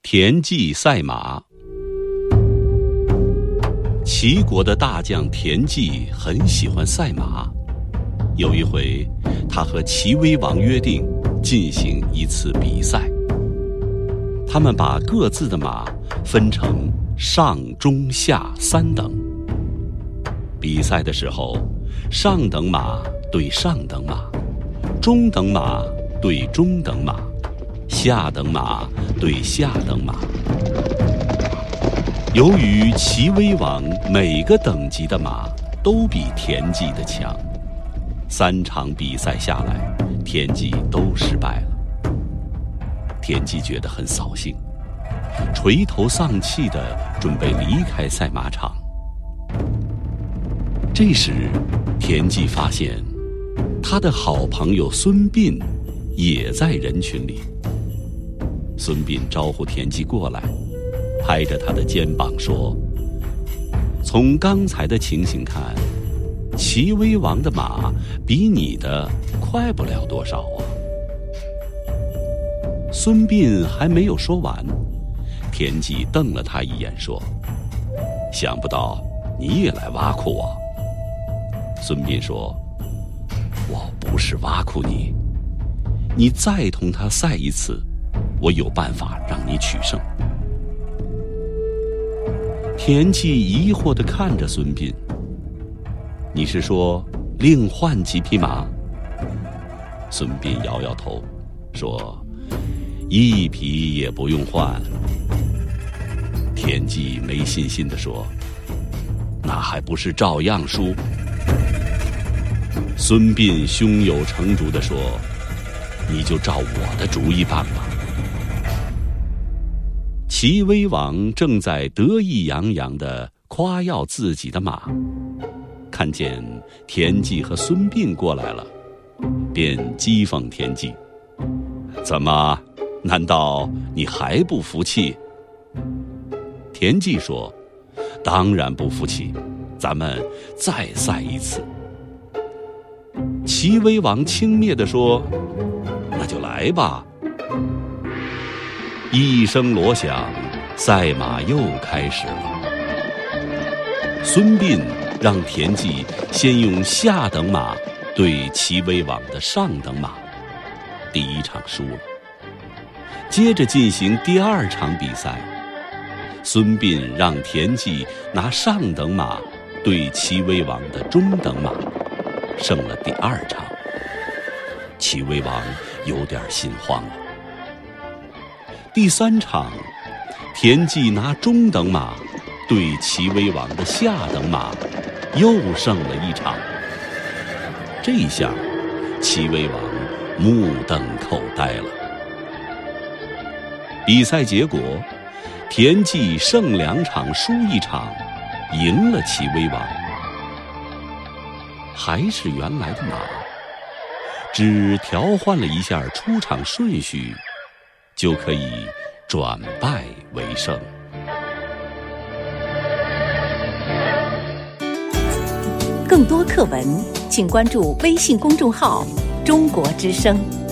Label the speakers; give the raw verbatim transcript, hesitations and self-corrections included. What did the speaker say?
Speaker 1: 田忌赛马。齐国的大将田忌很喜欢赛马。有一回，他和齐威王约定进行一次比赛。他们把各自的马分成上、中、下三等。比赛的时候，上等马对上等马，中等马对中等马，下等马对下等马。由于齐威王每个等级的马都比田忌的强，三场比赛下来，田忌都失败了。田忌觉得很扫兴，垂头丧气地准备离开赛马场。这时，田忌发现他的好朋友孙膑也在人群里。孙膑招呼田忌过来，拍着他的肩膀说：“从刚才的情形看，齐威王的马比你的快不了多少啊。”孙膑还没有说完，田忌瞪了他一眼说：“想不到你也来挖苦我。”孙膑说：“我不是挖苦你，你再同他赛一次，我有办法让你取胜。”田忌疑惑地看着孙膑：“你是说另换几匹马？”孙膑摇摇头说：“一匹也不用换。”田忌没信心地说：“那还不是照样输？”孙膑胸有成竹地说：“你就照我的主意办吧。”齐威王正在得意洋洋地夸耀自己的马，看见田忌和孙膑过来了，便讥讽田忌：“怎么，难道你还不服气？”田忌说：“当然不服气，咱们再赛一次。”齐威王轻蔑地说：“那就来吧。”一声锣响，赛马又开始了。孙膑让田忌先用下等马对齐威王的上等马，第一场输了。接着进行第二场比赛，孙膑让田忌拿上等马对齐威王的中等马，胜了第二场。齐威王有点心慌了。第三场，田忌拿中等马对齐威王的下等马，又胜了一场。这一下，齐威王目瞪口呆了。比赛结果，田忌胜两场输一场，赢了齐威王。还是原来的马，只调换了一下出场顺序，就可以转败为胜。
Speaker 2: 更多课文，请关注微信公众号“中国之声”。